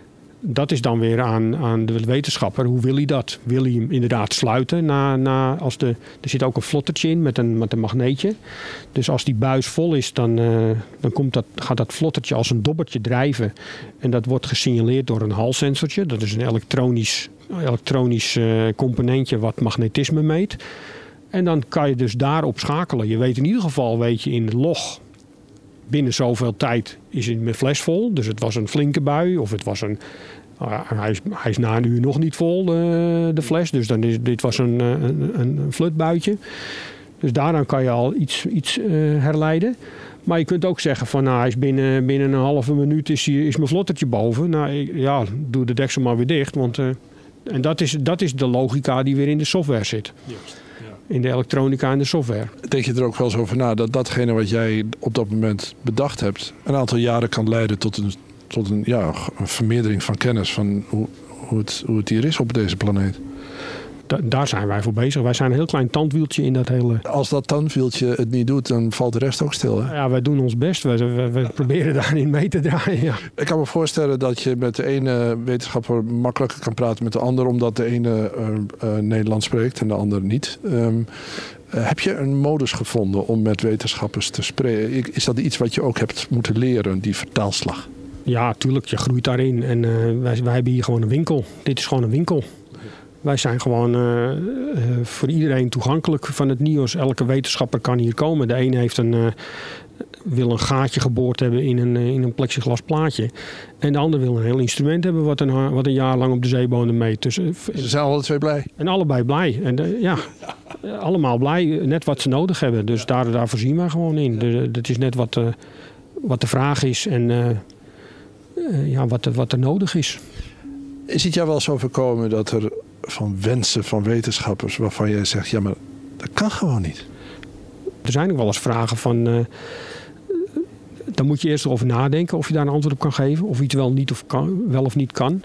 Dat is dan weer aan, aan de wetenschapper. Hoe wil hij dat? Wil hij hem inderdaad sluiten? Na, na, als de, er zit ook een vlottertje in met een, met een magneetje. Dus als die buis vol is, dan, uh, dan komt dat, gaat dat vlottertje als een dobbertje drijven. En dat wordt gesignaleerd door een halsensortje. Dat is een elektronisch, elektronisch uh, componentje wat magnetisme meet. En dan kan je dus daarop schakelen. Je weet in ieder geval, weet je in de log... Binnen zoveel tijd is het mijn fles vol. Dus het was een flinke bui. Of het was een... Uh, hij, is, hij is na een uur nog niet vol, de, de fles. Dus dan is, dit was een, een, een flutbuitje. Dus daaraan kan je al iets, iets uh, herleiden. Maar je kunt ook zeggen van... Nou, hij is binnen, binnen een halve minuut is, is mijn vlottertje boven. Nou, ja, doe de deksel maar weer dicht. Want, uh, en dat is, dat is de logica die weer in de software zit. Juist. In de elektronica en de software. Denk je er ook wel eens over na dat datgene wat jij op dat moment bedacht hebt... een aantal jaren kan leiden tot een, tot een, ja, een vermeerdering van kennis... van hoe, hoe, het, hoe het hier is op deze planeet? Da- daar zijn wij voor bezig. Wij zijn een heel klein tandwieltje in dat hele... Als dat tandwieltje het niet doet, dan valt de rest ook stil, hè? Ja, wij doen ons best. We, we, we proberen daarin mee te draaien, ja. Ik kan me voorstellen dat je met de ene wetenschapper makkelijker kan praten met de ander... omdat de ene uh, uh, Nederlands spreekt en de andere niet. Um, uh, heb je een modus gevonden om met wetenschappers te spreken? Is dat iets wat je ook hebt moeten leren, die vertaalslag? Ja, tuurlijk. Je groeit daarin. En uh, wij, wij hebben hier gewoon een winkel. Dit is gewoon een winkel. Wij zijn gewoon uh, uh, voor iedereen toegankelijk van het NIOS. Elke wetenschapper kan hier komen. De ene heeft een, uh, wil een gaatje geboord hebben in een, uh, in een plexiglas plaatje. En de ander wil een heel instrument hebben wat een, wat een jaar lang op de zeebodem meet. Dus, uh, ze zijn alle twee blij. En allebei blij. En uh, ja, allemaal blij. Net wat ze nodig hebben. Dus daar, daar voorzien wij gewoon in. Dus, dat is net wat, uh, wat de vraag is en uh, uh, ja, wat, wat er nodig is. Is het jou wel eens overkomen dat er van wensen van wetenschappers waarvan jij zegt, ja, maar dat kan gewoon niet? Er zijn ook wel eens vragen van, uh, dan moet je eerst over nadenken of je daar een antwoord op kan geven. Of iets wel, niet of, kan, wel of niet kan.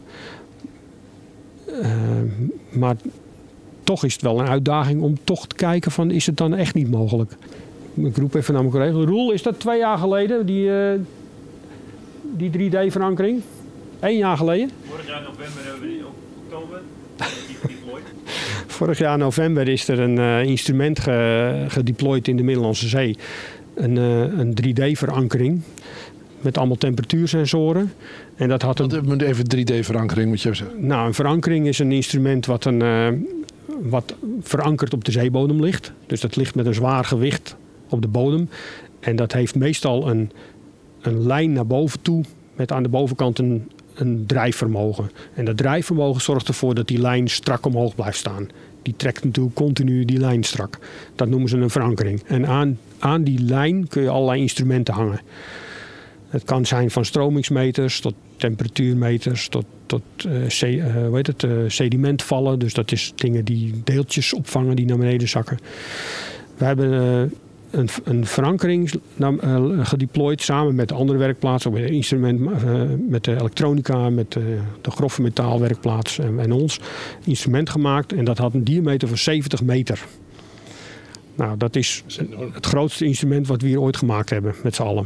Uh, maar toch is het wel een uitdaging om toch te kijken van, is het dan echt niet mogelijk? Ik roep even naar mijn collega. Roel, is dat twee jaar geleden, die, uh, die drie D-verankering? Eén jaar geleden? Vorig jaar november hebben we die oktober. Vorig jaar november is er een uh, instrument ge, gedeployed in de Middellandse Zee. Een, uh, een drie D-verankering met allemaal temperatuursensoren. En dat had een... Wat moet even drie D-verankering, moet je even zeggen? Nou, een verankering is een instrument wat, een, uh, wat verankerd op de zeebodem ligt. Dus dat ligt met een zwaar gewicht op de bodem. En dat heeft meestal een, een lijn naar boven toe met aan de bovenkant een, een drijfvermogen. En dat drijfvermogen zorgt ervoor dat die lijn strak omhoog blijft staan. Die trekt natuurlijk continu die lijn strak. Dat noemen ze een verankering. En aan, aan die lijn kun je allerlei instrumenten hangen. Het kan zijn van stromingsmeters tot temperatuurmeters tot, tot uh, se, uh, hoe heet het, uh, sedimentvallen. Dus dat is dingen die deeltjes opvangen die naar beneden zakken. We hebben uh, een, een verankering uh, gedeployed samen met andere werkplaatsen. Ook met, instrument, uh, met de elektronica, met uh, de grove metaalwerkplaats en, en ons. Instrument gemaakt en dat had een diameter van zeventig meter. Nou, dat is het grootste instrument wat we hier ooit gemaakt hebben met z'n allen.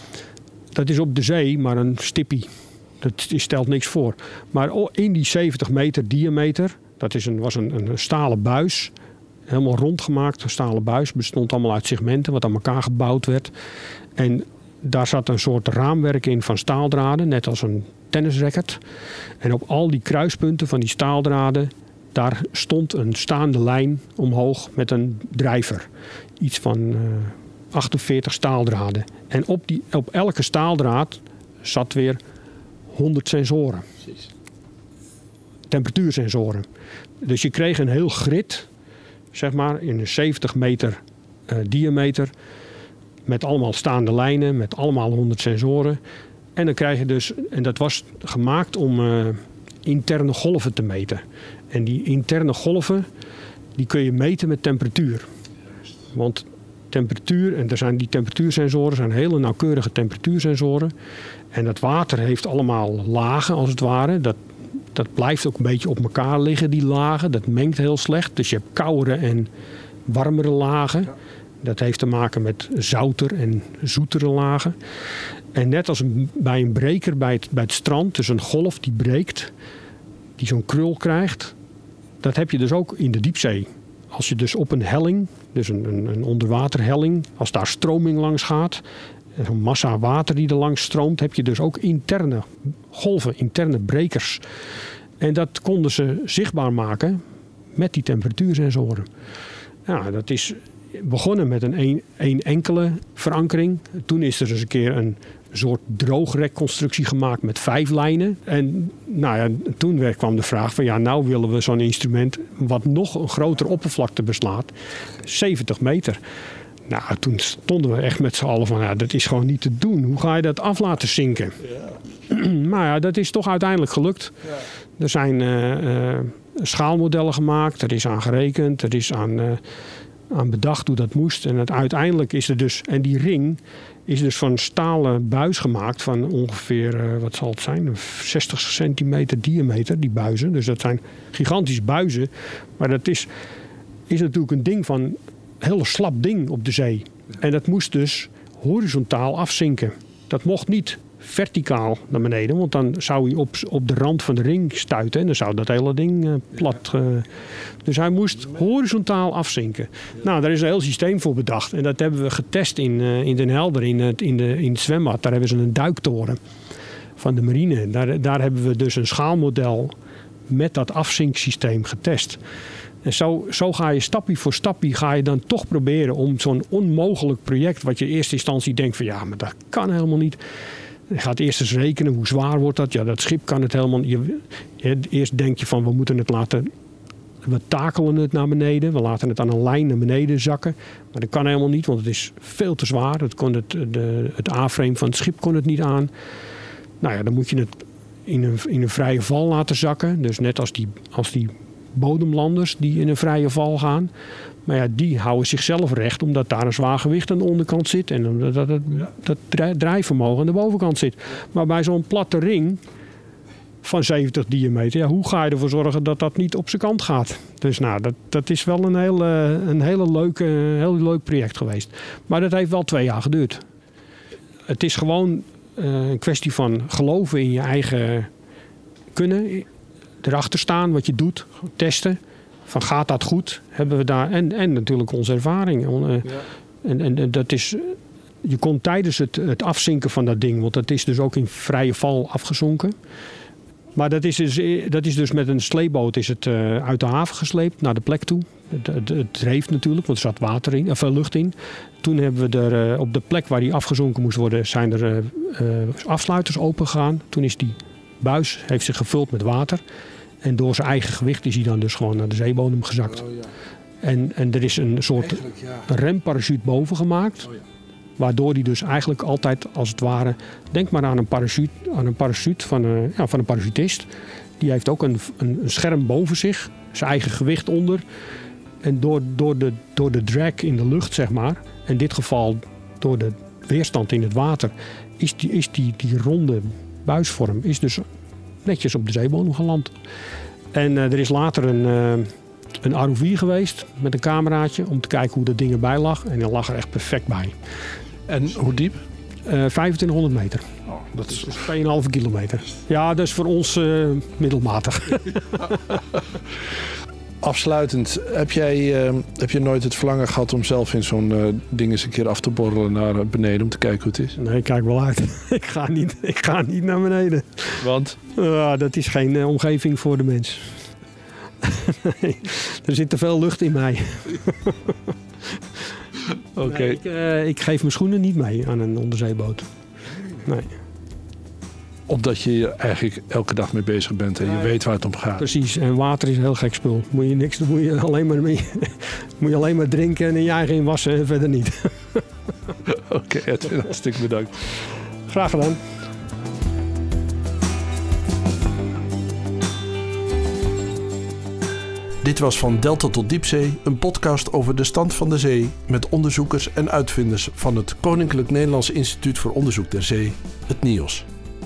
Dat is op de zee, maar een stippie. Dat stelt niks voor. Maar in die zeventig meter diameter, dat is een, was een, een stalen buis. Helemaal rondgemaakt, een stalen buis. Bestond allemaal uit segmenten, wat aan elkaar gebouwd werd. En daar zat een soort raamwerk in van staaldraden, net als een tennisracket. En op al die kruispunten van die staaldraden, daar stond een staande lijn omhoog met een drijver. Iets van Uh, achtenveertig staaldraden. En op, die, op elke staaldraad zat weer honderd sensoren. Precies. Temperatuursensoren. Dus je kreeg een heel grid, zeg maar, in een zeventig meter uh, diameter. Met allemaal staande lijnen, met allemaal honderd sensoren. En dan krijg je dus, en dat was gemaakt om uh, interne golven te meten. En die interne golven, die kun je meten met temperatuur. Want temperatuur, en er zijn die temperatuursensoren, zijn hele nauwkeurige temperatuursensoren. En dat water heeft allemaal lagen, als het ware. Dat, dat blijft ook een beetje op elkaar liggen, die lagen. Dat mengt heel slecht. Dus je hebt koudere en warmere lagen. Dat heeft te maken met zouter en zoetere lagen. En net als bij een breker bij het, bij het strand, dus een golf die breekt, die zo'n krul krijgt, dat heb je dus ook in de diepzee. Als je dus op een helling, dus een, een, een onderwaterhelling, als daar stroming langs gaat, een massa water die er langs stroomt, heb je dus ook interne golven, interne brekers. En dat konden ze zichtbaar maken met die temperatuursensoren. Ja, dat is begonnen met een, een, een enkele verankering. Toen is er eens een keer een soort droogrekconstructie gemaakt met vijf lijnen. En nou ja, toen werd, kwam de vraag van ja, nou willen we zo'n instrument wat nog een grotere oppervlakte beslaat. zeventig meter. Nou, toen stonden we echt met z'n allen van ja, dat is gewoon niet te doen. Hoe ga je dat af laten zinken? Ja. Maar ja, dat is toch uiteindelijk gelukt. Ja. Er zijn uh, uh, schaalmodellen gemaakt, er is aan gerekend, er is aan, uh, aan bedacht hoe dat moest. En het, uiteindelijk is er dus, en die ring is dus van een stalen buis gemaakt van ongeveer, uh, wat zal het zijn, zestig centimeter diameter, die buizen. Dus dat zijn gigantische buizen. Maar dat is, is natuurlijk een ding van, een heel slap ding op de zee. En dat moest dus horizontaal afzinken. Dat mocht niet verticaal naar beneden, want dan zou hij op, op de rand van de ring stuiten en dan zou dat hele ding uh, plat. Uh, dus hij moest horizontaal afzinken. Nou, daar is een heel systeem voor bedacht en dat hebben we getest in, uh, in Den Helder, in het, in, de, in het zwembad. Daar hebben ze een duiktoren van de marine. Daar, daar hebben we dus een schaalmodel met dat afzinksysteem getest. En zo, zo ga je stapje voor stapje ga je dan toch proberen om zo'n onmogelijk project, wat je in eerste instantie denkt van ja, maar dat kan helemaal niet. Je gaat eerst eens rekenen, hoe zwaar wordt dat? Ja, dat schip kan het helemaal niet. Je, eerst denk je van, we moeten het laten, we takelen het naar beneden. We laten het aan een lijn naar beneden zakken. Maar dat kan helemaal niet, want het is veel te zwaar. Het, kon het, de, het A-frame van het schip kon het niet aan. Nou ja, dan moet je het in een, in een vrije val laten zakken. Dus net als die, als die bodemlanders die in een vrije val gaan. Maar ja, die houden zichzelf recht omdat daar een zwaar gewicht aan de onderkant zit. En omdat dat, dat, dat draaivermogen aan de bovenkant zit. Maar bij zo'n platte ring van zeventig diameter, ja, hoe ga je ervoor zorgen dat dat niet op zijn kant gaat? Dus nou, dat, dat is wel een heel, een hele leuke, heel leuk project geweest. Maar dat heeft wel twee jaar geduurd. Het is gewoon uh, een kwestie van geloven in je eigen kunnen. Erachter staan wat je doet, testen. Van gaat dat goed? Hebben we daar en, en natuurlijk onze ervaring. Uh, ja. en, en, en dat is, je kon tijdens het, het afzinken van dat ding, want dat is dus ook in vrije val afgezonken. Maar dat is dus, dat is dus met een sleepboot is het, uh, uit de haven gesleept naar de plek toe. Het, het, het dreef natuurlijk, want er zat water in, of lucht in. Toen hebben we er uh, op de plek waar die afgezonken moest worden, zijn er uh, uh, afsluiters open gegaan. Toen is die buis heeft zich gevuld met water. En door zijn eigen gewicht is hij dan dus gewoon naar de zeebodem gezakt. Oh, ja. en, en er is een soort ja. remparachute boven gemaakt. Oh, ja. Waardoor hij dus eigenlijk altijd als het ware... Denk maar aan een parachute, aan een parachute van, een, ja, van een parachutist. Die heeft ook een, een, een scherm boven zich. Zijn eigen gewicht onder. En door, door, de, door de drag in de lucht, zeg maar. In dit geval door de weerstand in het water. Is die, is die, die ronde buisvorm is dus netjes op de zeebodem geland. En uh, er is later een, uh, een R O V geweest met een cameraatje om te kijken hoe dat ding erbij lag. En dat lag er echt perfect bij. En hoe diep? Uh, vijfentwintighonderd meter. Oh, dat is dus twee komma vijf kilometer. Ja, dat is voor ons uh, middelmatig. Afsluitend, heb jij uh, heb je nooit het verlangen gehad om zelf in zo'n uh, ding eens een keer af te borrelen naar beneden om te kijken hoe het is? Nee, ik kijk wel uit. ik, ga niet, ik ga niet naar beneden. Want? Uh, dat is geen uh, omgeving voor de mens. nee, er zit te veel lucht in mij. Oké. Okay. Nee, ik, uh, ik geef mijn schoenen niet mee aan een onderzeeboot. Nee. Omdat je eigenlijk elke dag mee bezig bent en je ja, weet waar het om gaat. Precies, en water is een heel gek spul. Moet je niks, moet je alleen maar mee, moet je alleen maar drinken en in je eigen in wassen en verder niet. Oké, okay, Edwin, hartstikke bedankt. Graag gedaan. Dit was Van Delta tot Diepzee, een podcast over de stand van de zee met onderzoekers en uitvinders van het Koninklijk Nederlands Instituut voor Onderzoek der Zee, het N I O S.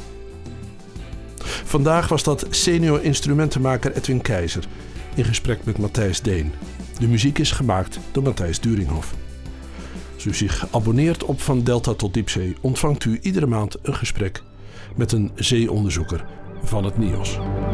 Vandaag was dat senior instrumentenmaker Edwin Keizer in gesprek met Matthijs Deen. De muziek is gemaakt door Matthijs Duringhoff. Als u zich abonneert op Van Delta tot Diepzee, ontvangt u iedere maand een gesprek met een zeeonderzoeker van het N I O S.